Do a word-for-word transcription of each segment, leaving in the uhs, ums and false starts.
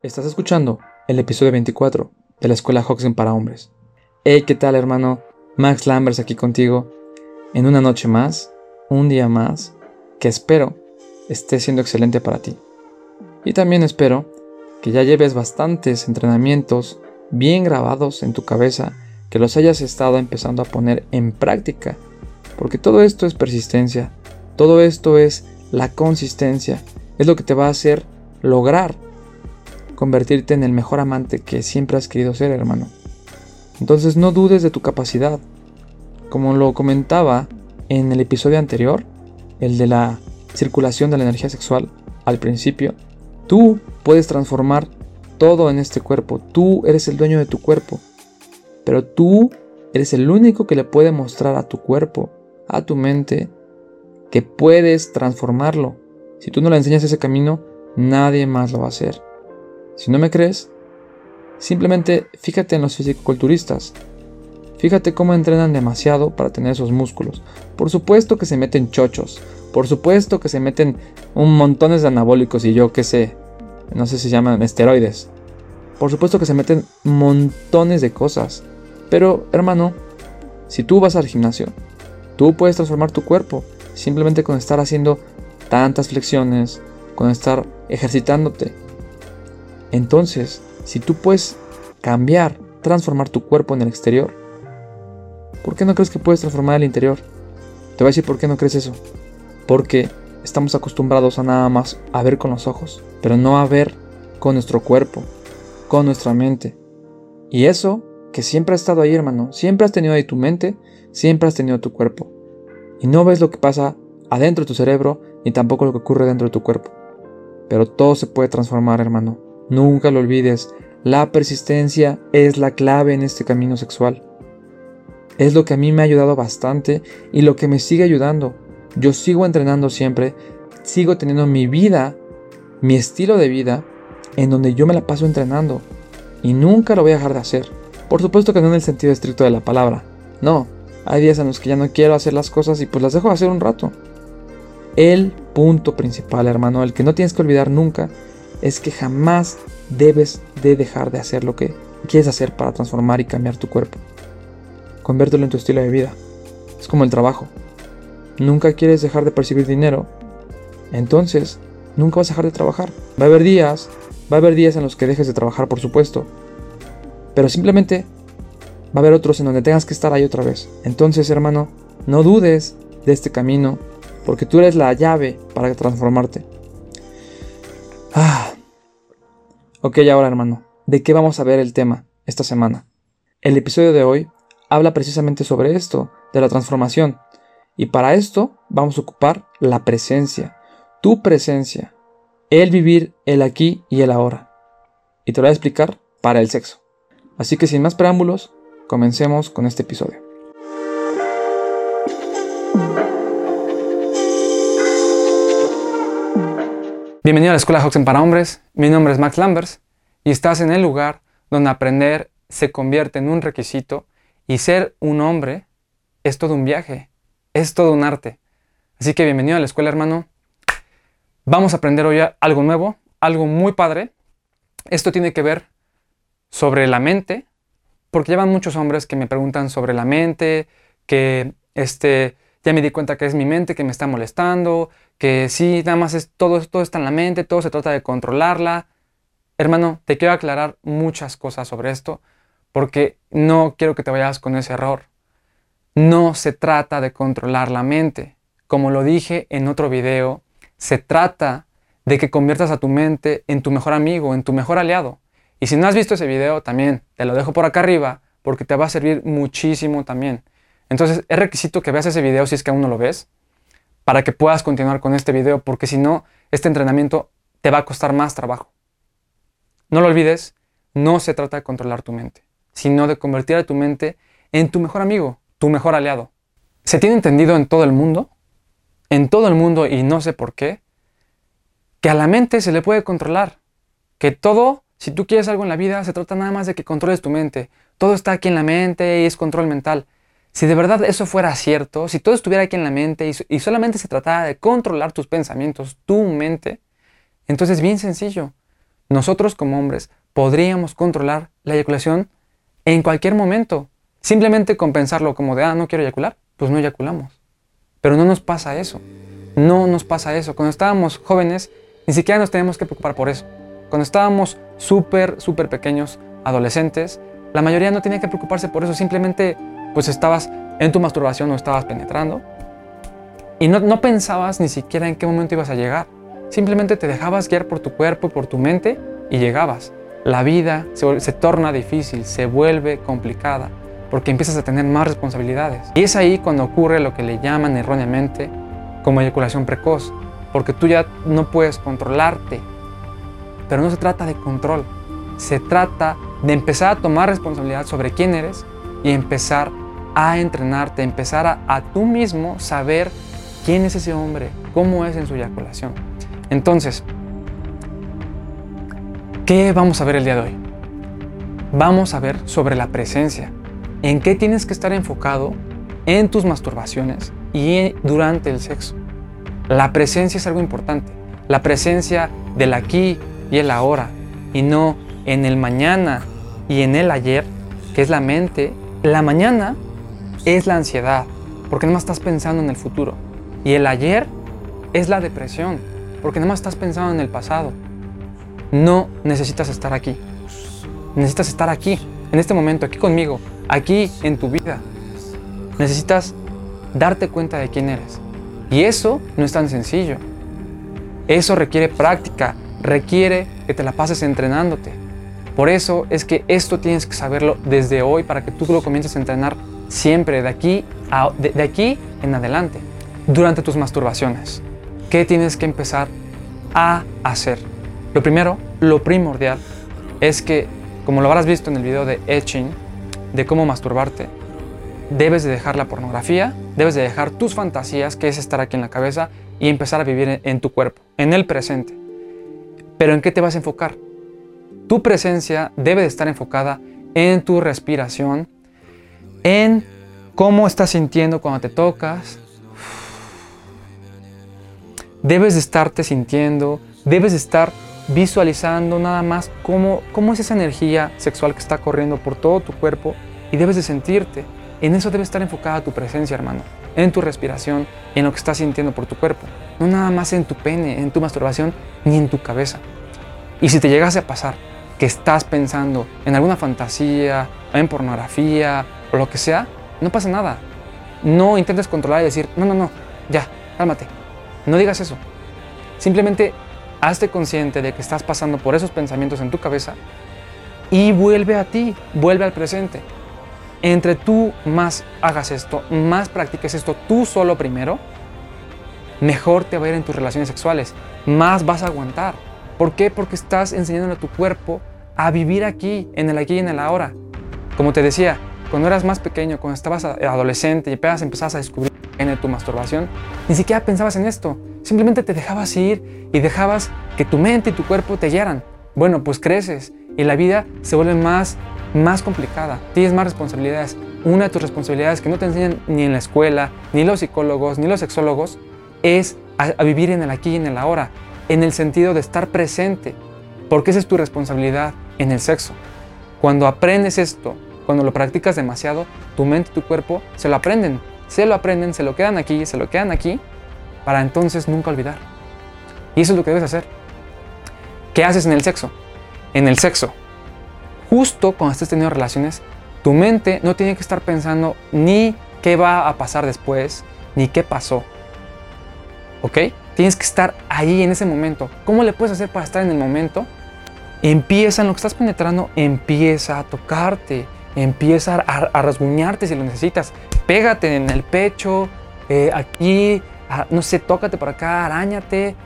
Estás escuchando el episodio veinticuatro de la Escuela Hoxen para Hombres. Hey, ¿qué tal, hermano? Max Lambers aquí contigo en una noche más, un día más, que espero esté siendo excelente para ti. Y también espero que ya lleves bastantes entrenamientos bien grabados en tu cabeza, que los hayas estado empezando a poner en práctica, porque todo esto es persistencia, todo esto es la consistencia, es lo que te va a hacer lograr convertirte en el mejor amante que siempre has querido ser, hermano. Entonces no dudes de tu capacidad. Como lo comentaba en el episodio anterior, el de la circulación de la energía sexual, al principio, tú puedes transformar todo en este cuerpo. Tú eres el dueño de tu cuerpo, pero tú eres el único que le puede mostrar a tu cuerpo, a tu mente, que puedes transformarlo. Si tú no le enseñas ese camino, nadie más lo va a hacer. Si no me crees, simplemente fíjate en los fisicoculturistas. Fíjate cómo entrenan demasiado para tener esos músculos. Por supuesto que se meten chochos. Por supuesto que se meten un montones de anabólicos y yo qué sé. No sé si se llaman esteroides. Por supuesto que se meten montones de cosas. Pero, hermano, si tú vas al gimnasio, tú puedes transformar tu cuerpo. Simplemente con estar haciendo tantas flexiones, con estar ejercitándote. Entonces, si tú puedes cambiar, transformar tu cuerpo en el exterior, ¿por qué no crees que puedes transformar el interior? Te voy a decir por qué no crees eso. Porque estamos acostumbrados a nada más a ver con los ojos, pero no a ver con nuestro cuerpo, con nuestra mente. Y eso que siempre ha estado ahí, hermano, siempre has tenido ahí tu mente, siempre has tenido tu cuerpo. Y no ves lo que pasa adentro de tu cerebro, ni tampoco lo que ocurre dentro de tu cuerpo. Pero todo se puede transformar, hermano. Nunca lo olvides, la persistencia es la clave en este camino sexual. Es lo que a mí me ha ayudado bastante y lo que me sigue ayudando. Yo sigo entrenando siempre, sigo teniendo mi vida, mi estilo de vida, en donde yo me la paso entrenando. Y nunca lo voy a dejar de hacer. Por supuesto que no en el sentido estricto de la palabra. No, hay días en los que ya no quiero hacer las cosas y pues las dejo de hacer un rato. El punto principal, hermano, el que no tienes que olvidar nunca, es que jamás debes de dejar de hacer lo que quieres hacer para transformar y cambiar tu cuerpo. Conviértelo en tu estilo de vida. Es como el trabajo. Nunca quieres dejar de percibir dinero, entonces nunca vas a dejar de trabajar. Va a haber días, va a haber días en los que dejes de trabajar, por supuesto, pero simplemente va a haber otros en donde tengas que estar ahí otra vez. Entonces, hermano, no dudes de este camino, porque tú eres la llave para transformarte. Ah. Ok, ahora, hermano, ¿de qué vamos a ver el tema esta semana? El episodio de hoy habla precisamente sobre esto, de la transformación. Y para esto vamos a ocupar la presencia, tu presencia, el vivir el aquí y el ahora. Y te lo voy a explicar para el sexo. Así que sin más preámbulos, comencemos con este episodio. Bienvenido a la Escuela Hoxen para Hombres. Mi nombre es Max Lambers y estás en el lugar donde aprender se convierte en un requisito y ser un hombre es todo un viaje, es todo un arte. Así que bienvenido a la escuela, hermano. Vamos a aprender hoy algo nuevo, algo muy padre. Esto tiene que ver sobre la mente, porque llevan muchos hombres que me preguntan sobre la mente, que este, ya me di cuenta que es mi mente que me está molestando, que sí, nada más es todo, todo está en la mente, todo se trata de controlarla. Hermano, te quiero aclarar muchas cosas sobre esto, porque no quiero que te vayas con ese error. No se trata de controlar la mente. Como lo dije en otro video, se trata de que conviertas a tu mente en tu mejor amigo, en tu mejor aliado. Y si no has visto ese video, también te lo dejo por acá arriba, porque te va a servir muchísimo también. Entonces, es requisito que veas ese video si es que aún no lo ves, para que puedas continuar con este video, porque si no, este entrenamiento te va a costar más trabajo. No lo olvides, no se trata de controlar tu mente, sino de convertir a tu mente en tu mejor amigo, tu mejor aliado. Se tiene entendido en todo el mundo, en todo el mundo, y no sé por qué, que a la mente se le puede controlar, que todo, si tú quieres algo en la vida, se trata nada más de que controles tu mente. Todo está aquí en la mente y es control mental. Si de verdad eso fuera cierto, si todo estuviera aquí en la mente y, y solamente se tratara de controlar tus pensamientos, tu mente, entonces bien sencillo. nosotros como hombres podríamos controlar la eyaculación en cualquier momento. Simplemente con pensarlo como de, ah, no quiero eyacular, pues no eyaculamos. Pero no nos pasa eso. No nos pasa eso. Cuando estábamos jóvenes, ni siquiera nos teníamos que preocupar por eso. Cuando estábamos súper, súper pequeños, adolescentes, la mayoría no tenía que preocuparse por eso. Simplemente, pues estabas en tu masturbación o estabas penetrando y no, no pensabas ni siquiera en qué momento ibas a llegar. Simplemente te dejabas guiar por tu cuerpo, por tu mente y llegabas. La vida se, se torna difícil, se vuelve complicada porque empiezas a tener más responsabilidades. Y es ahí cuando ocurre lo que le llaman erróneamente como eyaculación precoz, porque tú ya no puedes controlarte. Pero no se trata de control, se trata de empezar a tomar responsabilidad sobre quién eres y empezar a entrenarte, empezar a, a tú mismo saber quién es ese hombre, cómo es en su eyaculación. Entonces, ¿qué vamos a ver el día de hoy? Vamos a ver sobre la presencia, en qué tienes que estar enfocado en tus masturbaciones y durante el sexo. La presencia es algo importante, la presencia del aquí y el ahora, y no en el mañana y en el ayer, que es la mente. La mañana es la ansiedad, porque nada más estás pensando en el futuro, y el ayer es la depresión, porque nada más estás pensando en el pasado. No necesitas estar aquí, necesitas estar aquí, en este momento, aquí conmigo, aquí en tu vida. Necesitas darte cuenta de quién eres, y eso no es tan sencillo. Eso requiere práctica, requiere que te la pases entrenándote. Por eso es que esto tienes que saberlo desde hoy para que tú lo comiences a entrenar siempre, de aquí, a, de, de aquí en adelante. Durante tus masturbaciones, ¿qué tienes que empezar a hacer? Lo primero, lo primordial, es que, como lo habrás visto en el video de Etching, de cómo masturbarte, debes de dejar la pornografía, debes de dejar tus fantasías, que es estar aquí en la cabeza, y empezar a vivir en tu cuerpo, en el presente. ¿Pero en qué te vas a enfocar? Tu presencia debe de estar enfocada en tu respiración, en cómo estás sintiendo cuando te tocas. Debes de estarte sintiendo, debes de estar visualizando nada más cómo, cómo es esa energía sexual que está corriendo por todo tu cuerpo, y debes de sentirte. En eso debe estar enfocada tu presencia, hermano, en tu respiración y en lo que estás sintiendo por tu cuerpo. No nada más en tu pene, en tu masturbación, ni en tu cabeza. Y si te llegase a pasar que estás pensando en alguna fantasía, en pornografía o lo que sea, no pasa nada. No intentes controlar y decir, no, no, no, ya, cálmate. No digas eso. Simplemente hazte consciente de que estás pasando por esos pensamientos en tu cabeza y vuelve a ti, vuelve al presente. Entre tú más hagas esto, más practiques esto tú solo primero, mejor te va a ir en tus relaciones sexuales, más vas a aguantar. ¿Por qué? Porque estás enseñándole a tu cuerpo a vivir aquí, en el aquí y en el ahora. Como te decía, cuando eras más pequeño, cuando estabas adolescente y apenas empezabas a descubrir en tu masturbación, ni siquiera pensabas en esto, simplemente te dejabas ir y dejabas que tu mente y tu cuerpo te guiaran. Bueno, pues creces y la vida se vuelve más más complicada, tienes más responsabilidades. Una de tus responsabilidades que no te enseñan ni en la escuela, ni los psicólogos, ni los sexólogos, es a, a vivir en el aquí y en el ahora, en el sentido de estar presente, porque esa es tu responsabilidad en el sexo. Cuando aprendes esto, cuando lo practicas demasiado, tu mente y tu cuerpo se lo aprenden, se lo aprenden, se lo quedan aquí, se lo quedan aquí, para entonces nunca olvidar. Y eso es lo que debes hacer. ¿Qué haces en el sexo? En el sexo, justo cuando estés teniendo relaciones, tu mente no tiene que estar pensando ni qué va a pasar después, ni qué pasó. ¿Ok? Tienes que estar ahí en ese momento. ¿Cómo le puedes hacer para estar en el momento? Empieza en lo que estás penetrando, empieza a tocarte, empieza a, a rasguñarte si lo necesitas. Pégate en el pecho, eh, aquí, a, no sé, tócate por acá, aráñate,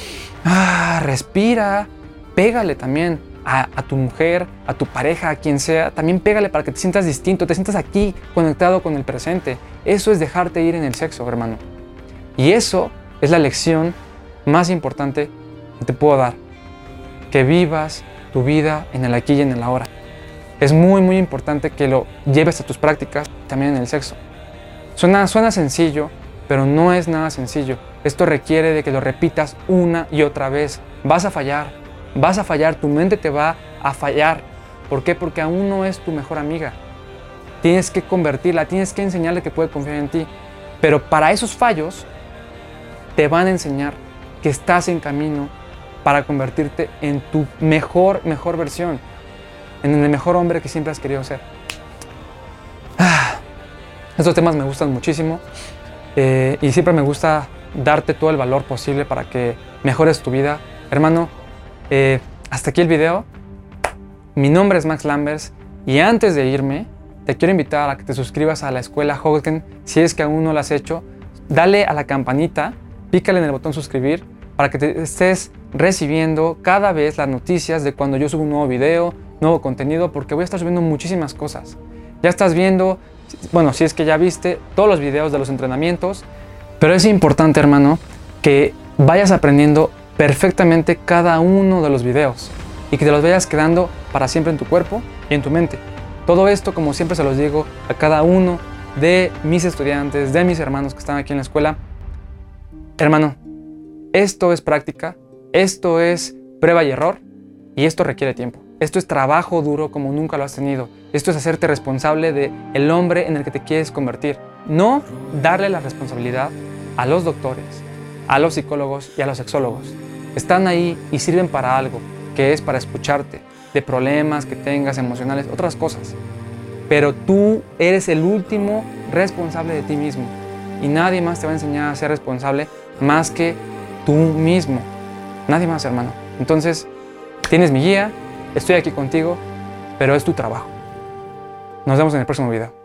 ah, respira, pégale también. A, a tu mujer, a tu pareja, a quien sea, también pégale para que te sientas distinto, te sientas aquí conectado con el presente. Eso es dejarte ir en el sexo, hermano. Y eso es la lección más importante que te puedo dar. Que vivas tu vida en el aquí y en el ahora. Es muy, muy importante que lo lleves a tus prácticas también en el sexo. Suena, suena sencillo, pero no es nada sencillo. Esto requiere de que lo repitas una y otra vez. Vas a fallar. vas a fallar, tu mente te va a fallar. ¿Por qué? Porque aún no es tu mejor amiga. Tienes que convertirla, tienes que enseñarle que puede confiar en ti. Pero para esos fallos, te van a enseñar que estás en camino para convertirte en tu mejor, mejor versión. En el mejor hombre que siempre has querido ser. Ah, estos temas me gustan muchísimo. Eh, y siempre me gusta darte todo el valor posible para que mejores tu vida. Hermano, eh, hasta aquí el video. Mi nombre es Max Lambers y antes de irme, te quiero invitar a que te suscribas a la Escuela Hoxgen si es que aún no lo has hecho. Dale a la campanita, pícale en el botón suscribir para que te estés recibiendo cada vez las noticias de cuando yo subo un nuevo video, nuevo contenido, porque voy a estar subiendo muchísimas cosas. Ya estás viendo, bueno, si es que ya viste todos los videos de los entrenamientos, pero es importante, hermano, que vayas aprendiendo perfectamente cada uno de los videos y que te los vayas quedando para siempre en tu cuerpo y en tu mente. Todo esto, como siempre se los digo a cada uno de mis estudiantes, de mis hermanos que están aquí en la escuela. Hermano, esto es práctica, esto es prueba y error y esto requiere tiempo. Esto es trabajo duro como nunca lo has tenido. Esto es hacerte responsable del hombre en el que te quieres convertir. No darle la responsabilidad a los doctores, a los psicólogos y a los sexólogos. Están ahí y sirven para algo, que es para escucharte de problemas que tengas emocionales, otras cosas. Pero tú eres el último responsable de ti mismo y nadie más te va a enseñar a ser responsable más que tú mismo. Nadie más, hermano. Entonces, tienes mi guía, estoy aquí contigo, pero es tu trabajo. Nos vemos en el próximo video.